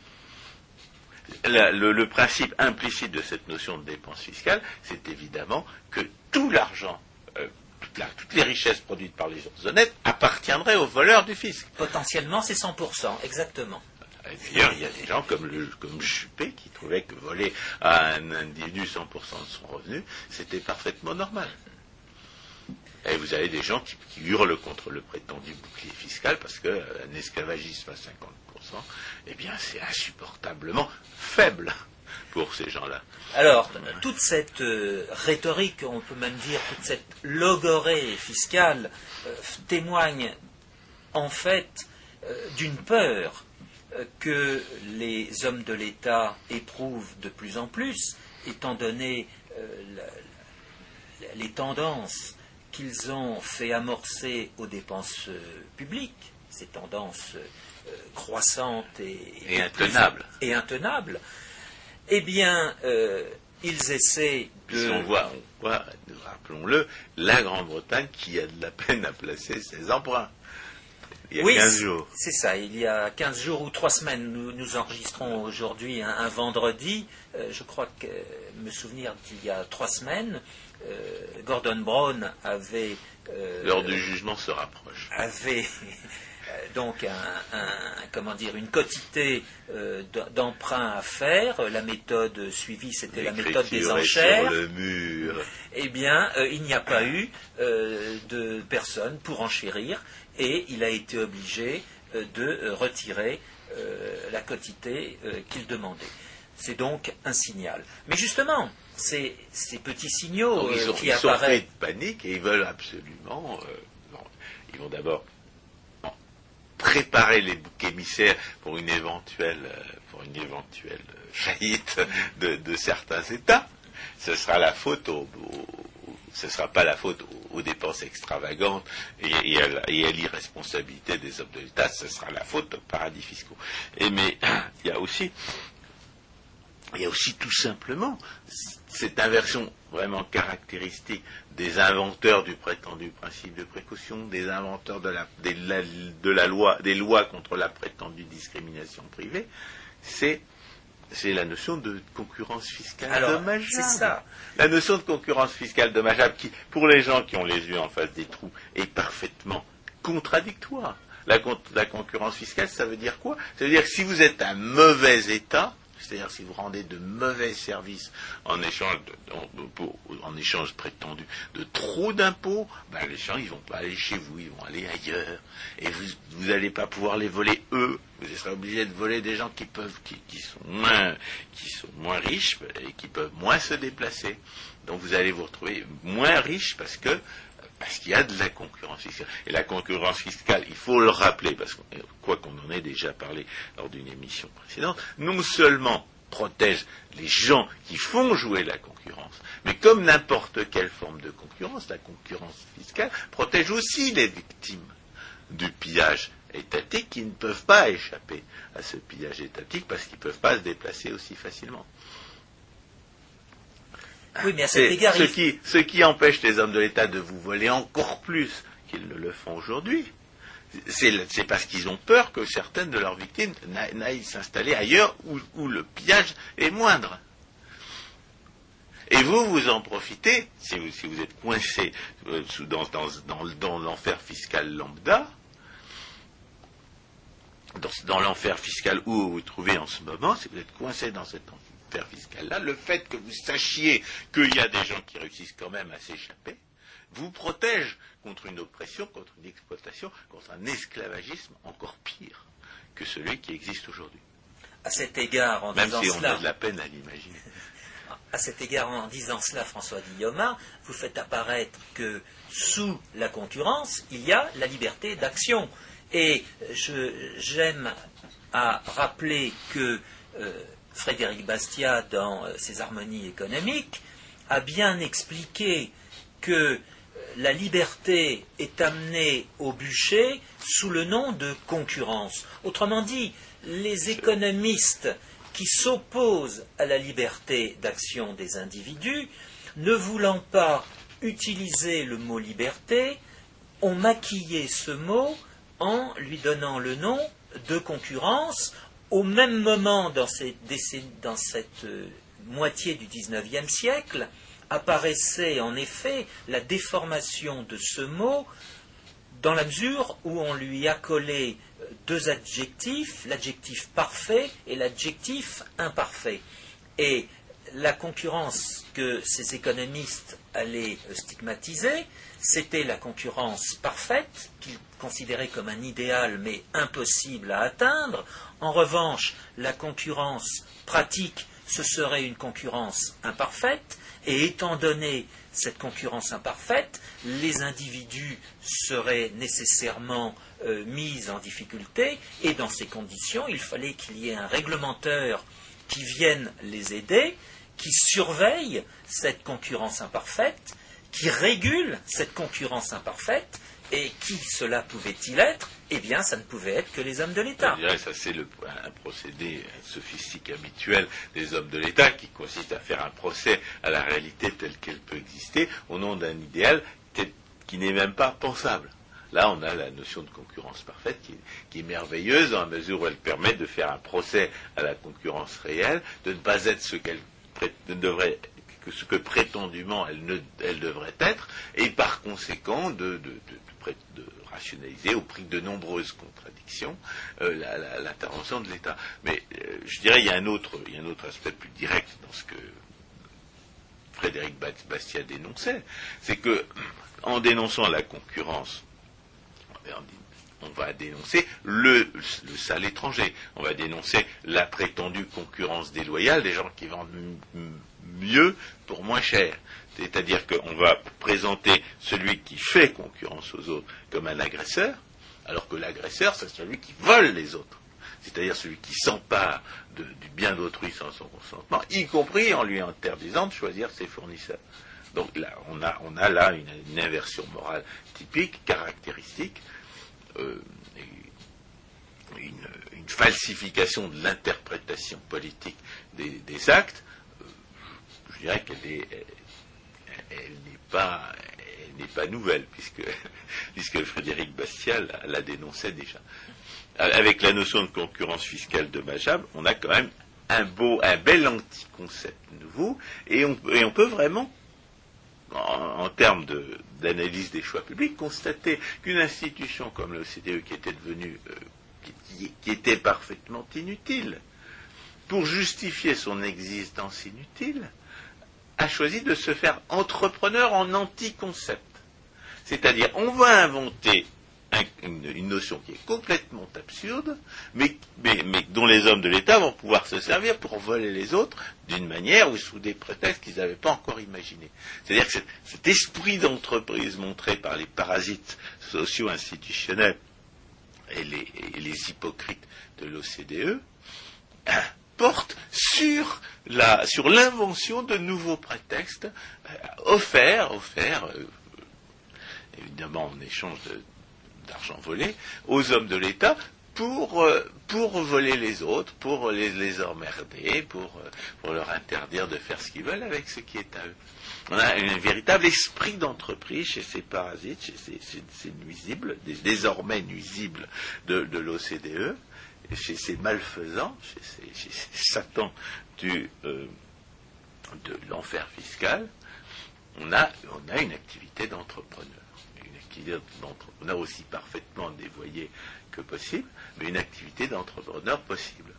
La, le, le principe implicite de cette notion de dépense fiscale, c'est évidemment que tout l'argent, euh, toute la, toutes les richesses produites par les gens honnêtes appartiendraient aux voleurs du fisc. Potentiellement, c'est cent pour cent, exactement. D'ailleurs, il y a des gens comme, le, comme Juppé qui trouvaient que voler à un individu cent pour cent de son revenu, c'était parfaitement normal. Et vous avez des gens qui, qui hurlent contre le prétendu bouclier fiscal parce qu'un esclavagisme à cinquante pour cent, eh bien, c'est insupportablement faible pour ces gens-là. Alors, toute cette euh, rhétorique, on peut même dire toute cette logorée fiscale, euh, témoigne en fait euh, d'une peur euh, que les hommes de l'État éprouvent de plus en plus, étant donné euh, la, la, les tendances qu'ils ont fait amorcer aux dépenses euh, publiques, ces tendances euh, croissantes et, et, et intenables. Et intenables, eh bien, euh, ils essaient de... Si on voit, on voit, rappelons-le, la Grande-Bretagne qui a de la peine à placer ses emprunts. Il y a oui, quinze jours. C'est ça, il y a quinze jours ou trois semaines. Nous, nous enregistrons aujourd'hui un, un vendredi. Euh, je crois que, me souvenir qu'il y a trois semaines, euh, Gordon Brown avait... Euh, L'heure du jugement se rapproche. Avait... donc un, un, comment dire, une quotité euh, d'emprunt à faire. La méthode suivie, c'était la méthode des enchères. Sur le mur. Eh bien, euh, il n'y a pas eu euh, de personne pour enchérir et il a été obligé euh, de euh, retirer euh, la quotité euh, qu'il demandait. C'est donc un signal. Mais justement, ces, ces petits signaux donc, ils sont, euh, qui ils apparaissent... sont pris de panique et ils veulent absolument... Euh, non, ils vont d'abord préparer les boucs émissaires pour une éventuelle, pour une éventuelle faillite de, de certains États. Ce sera la faute au, au, ce sera pas la faute aux, aux dépenses extravagantes et, et, à, et à l'irresponsabilité des hommes de l'État, ce sera la faute aux paradis fiscaux. Et mais il y a aussi, il y a aussi tout simplement cette inversion vraiment caractéristique des inventeurs du prétendu principe de précaution, des inventeurs de la, des, la, de la loi, des lois contre la prétendue discrimination privée, c'est, c'est la notion de concurrence fiscale Alors, dommageable. C'est ça. La notion de concurrence fiscale dommageable qui, pour les gens qui ont les yeux en face des trous, est parfaitement contradictoire. La, la concurrence fiscale, ça veut dire quoi? Ça veut dire que si vous êtes un mauvais État, c'est-à-dire si vous rendez de mauvais services en échange, de, en, en échange prétendu de trop d'impôts, ben les gens ils vont pas aller chez vous, ils vont aller ailleurs. Et vous n'allez pas pouvoir les voler eux. Vous serez obligé de voler des gens qui peuvent, qui, qui sont moins, qui sont moins riches et qui peuvent moins se déplacer. Donc vous allez vous retrouver moins riches parce que Parce qu'il y a de la concurrence fiscale. Et la concurrence fiscale, il faut le rappeler, parce que, quoi qu'on en ait déjà parlé lors d'une émission précédente, non seulement protège les gens qui font jouer la concurrence, mais comme n'importe quelle forme de concurrence, la concurrence fiscale protège aussi les victimes du pillage étatique qui ne peuvent pas échapper à ce pillage étatique parce qu'ils ne peuvent pas se déplacer aussi facilement. Oui, mais à cet égard, ce, qui, ce qui empêche les hommes de l'État de vous voler encore plus qu'ils ne le font aujourd'hui, c'est, c'est parce qu'ils ont peur que certaines de leurs victimes n'aillent s'installer ailleurs où, où le pillage est moindre. Et vous, vous en profitez, si vous, si vous êtes coincé euh, dans, dans, dans, dans l'enfer fiscal lambda, dans, dans l'enfer fiscal où vous vous trouvez en ce moment, si vous êtes coincé dans cet enfer fiscal-là, le fait que vous sachiez qu'il y a des gens qui réussissent quand même à s'échapper, vous protège contre une oppression, contre une exploitation, contre un esclavagisme encore pire que celui qui existe aujourd'hui. À cet égard, en même disant si on cela, a de la peine à l'imaginer. À cet égard, en disant cela, François Guillaumin, vous faites apparaître que sous la concurrence, il y a la liberté d'action. Et je, j'aime à rappeler que euh, Frédéric Bastiat, dans euh, ses harmonies économiques, a bien expliqué que la liberté est amenée au bûcher sous le nom de concurrence. Autrement dit, les économistes qui s'oppose à la liberté d'action des individus, ne voulant pas utiliser le mot liberté, ont maquillé ce mot en lui donnant le nom de concurrence. Au même moment, dans, ces décennies, dans cette euh, moitié du dix-neuvième siècle, apparaissait en effet la déformation de ce mot dans la mesure où on lui accolait deux adjectifs, l'adjectif parfait et l'adjectif imparfait. Et la concurrence que ces économistes allaient stigmatiser, c'était la concurrence parfaite, qu'ils considéraient comme un idéal mais impossible à atteindre. En revanche, la concurrence pratique, ce serait une concurrence imparfaite, et étant donné cette concurrence imparfaite, les individus seraient nécessairement euh, mis en difficulté, et dans ces conditions, il fallait qu'il y ait un réglementaire qui vienne les aider, qui surveille cette concurrence imparfaite, qui régule cette concurrence imparfaite. Et qui cela pouvait-il être? Eh bien, ça ne pouvait être que les hommes de l'État. Je dirais, ça c'est le, un procédé sophistique habituel des hommes de l'État qui consiste à faire un procès à la réalité telle qu'elle peut exister au nom d'un idéal qui n'est même pas pensable. Là, on a la notion de concurrence parfaite qui, qui est merveilleuse dans la mesure où elle permet de faire un procès à la concurrence réelle, de ne pas être ce qu'elle devrait que ce que prétendument elle, ne, elle devrait être, et par conséquent de, de, de, de, de rationaliser au prix de nombreuses contradictions euh, la, la, l'intervention de l'État. Mais euh, je dirais il y a un autre, il y a un autre aspect plus direct dans ce que Frédéric Bastiat dénonçait, c'est que en dénonçant la concurrence, on va dénoncer le, le sale étranger, on va dénoncer la prétendue concurrence déloyale des gens qui vendent mieux pour moins cher. C'est-à-dire qu'on va présenter celui qui fait concurrence aux autres comme un agresseur, alors que l'agresseur, c'est celui qui vole les autres. C'est-à-dire celui qui s'empare de, du bien d'autrui sans son consentement, y compris en lui interdisant de choisir ses fournisseurs. Donc là, on a, on a là une, une inversion morale typique, caractéristique, euh, une, une falsification de l'interprétation politique des, des actes. Euh, je dirais qu'elle est, elle, elle n'est pas, elle n'est pas nouvelle, puisque, puisque Frédéric Bastiat la, la dénonçait déjà. Avec la notion de concurrence fiscale dommageable, on a quand même un beau, un bel anti-concept nouveau, et on, et on peut vraiment, en, en termes de, d'analyse des choix publics, constater qu'une institution comme l'O C D E, qui était devenue, euh, qui, qui était parfaitement inutile, pour justifier son existence inutile, a choisi de se faire entrepreneur en anti-concept. C'est-à-dire, on va inventer Un, une, une notion qui est complètement absurde, mais, mais, mais dont les hommes de l'État vont pouvoir se servir pour voler les autres d'une manière ou sous des prétextes qu'ils n'avaient pas encore imaginés. C'est-à-dire que cet, cet esprit d'entreprise montré par les parasites socio-institutionnels et les, et les hypocrites de l'O C D E hein, porte sur, la, sur l'invention de nouveaux prétextes euh, offerts, offerts euh, évidemment en échange de d'argent volé aux hommes de l'État pour, euh, pour voler les autres, pour les, les emmerder, pour, euh, pour leur interdire de faire ce qu'ils veulent avec ce qui est à eux. On a un véritable esprit d'entreprise chez ces parasites, chez ces, ces, ces nuisibles, des, désormais nuisibles de, de l'O C D E, chez ces malfaisants, chez ces, chez ces satans du, euh, de l'enfer fiscal. On a, on a une activité d'entrepreneur. d'entrepreneur aussi parfaitement dévoyée que possible, mais une activité d'entrepreneur possible.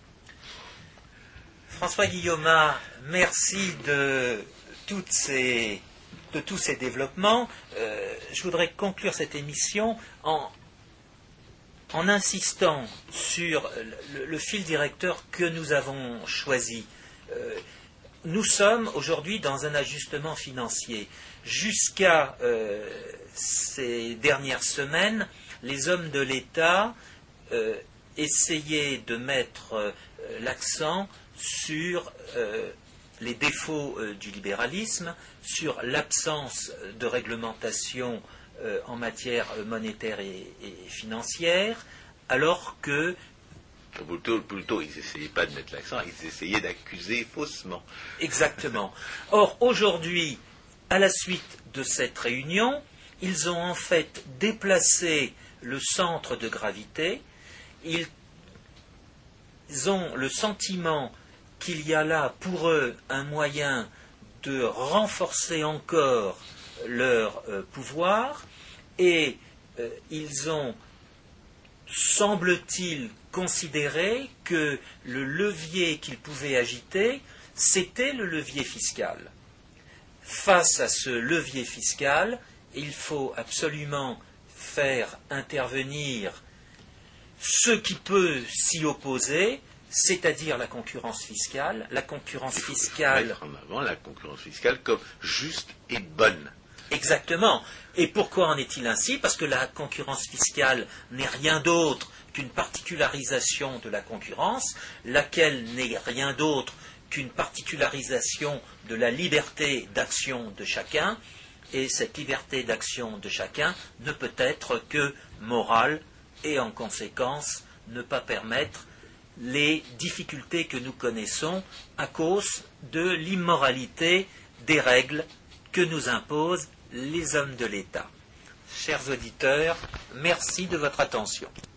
François Guillaumat, merci de, toutes ces, de tous ces développements. Euh, je voudrais conclure cette émission en, en insistant sur le, le fil directeur que nous avons choisi. Euh, nous sommes aujourd'hui dans un ajustement financier. Jusqu'à euh, ces dernières semaines, les hommes de l'État euh, essayaient de mettre euh, l'accent sur euh, les défauts euh, du libéralisme, sur l'absence de réglementation euh, en matière monétaire et, et financière, alors que Plutôt, plutôt ils n'essayaient pas de mettre l'accent, ils essayaient d'accuser faussement. Exactement. Or, aujourd'hui, à la suite de cette réunion, ils ont en fait déplacé le centre de gravité. Ils ont le sentiment qu'il y a là pour eux un moyen de renforcer encore leur euh, pouvoir, et euh, ils ont, semble-t-il, considéré que le levier qu'ils pouvaient agiter, c'était le levier fiscal. Face à ce levier fiscal, il faut absolument faire intervenir ce qui peut s'y opposer, c'est-à-dire la concurrence fiscale. La concurrence Il faut fiscale... mettre en avant la concurrence fiscale comme juste et bonne. Exactement. Et pourquoi en est-il ainsi? Parce que la concurrence fiscale n'est rien d'autre qu'une particularisation de la concurrence, laquelle n'est rien d'autre qu'une particularisation de la liberté d'action de chacun, et cette liberté d'action de chacun ne peut être que morale, et en conséquence ne pas permettre les difficultés que nous connaissons à cause de l'immoralité des règles que nous imposent les hommes de l'État. Chers auditeurs, merci de votre attention.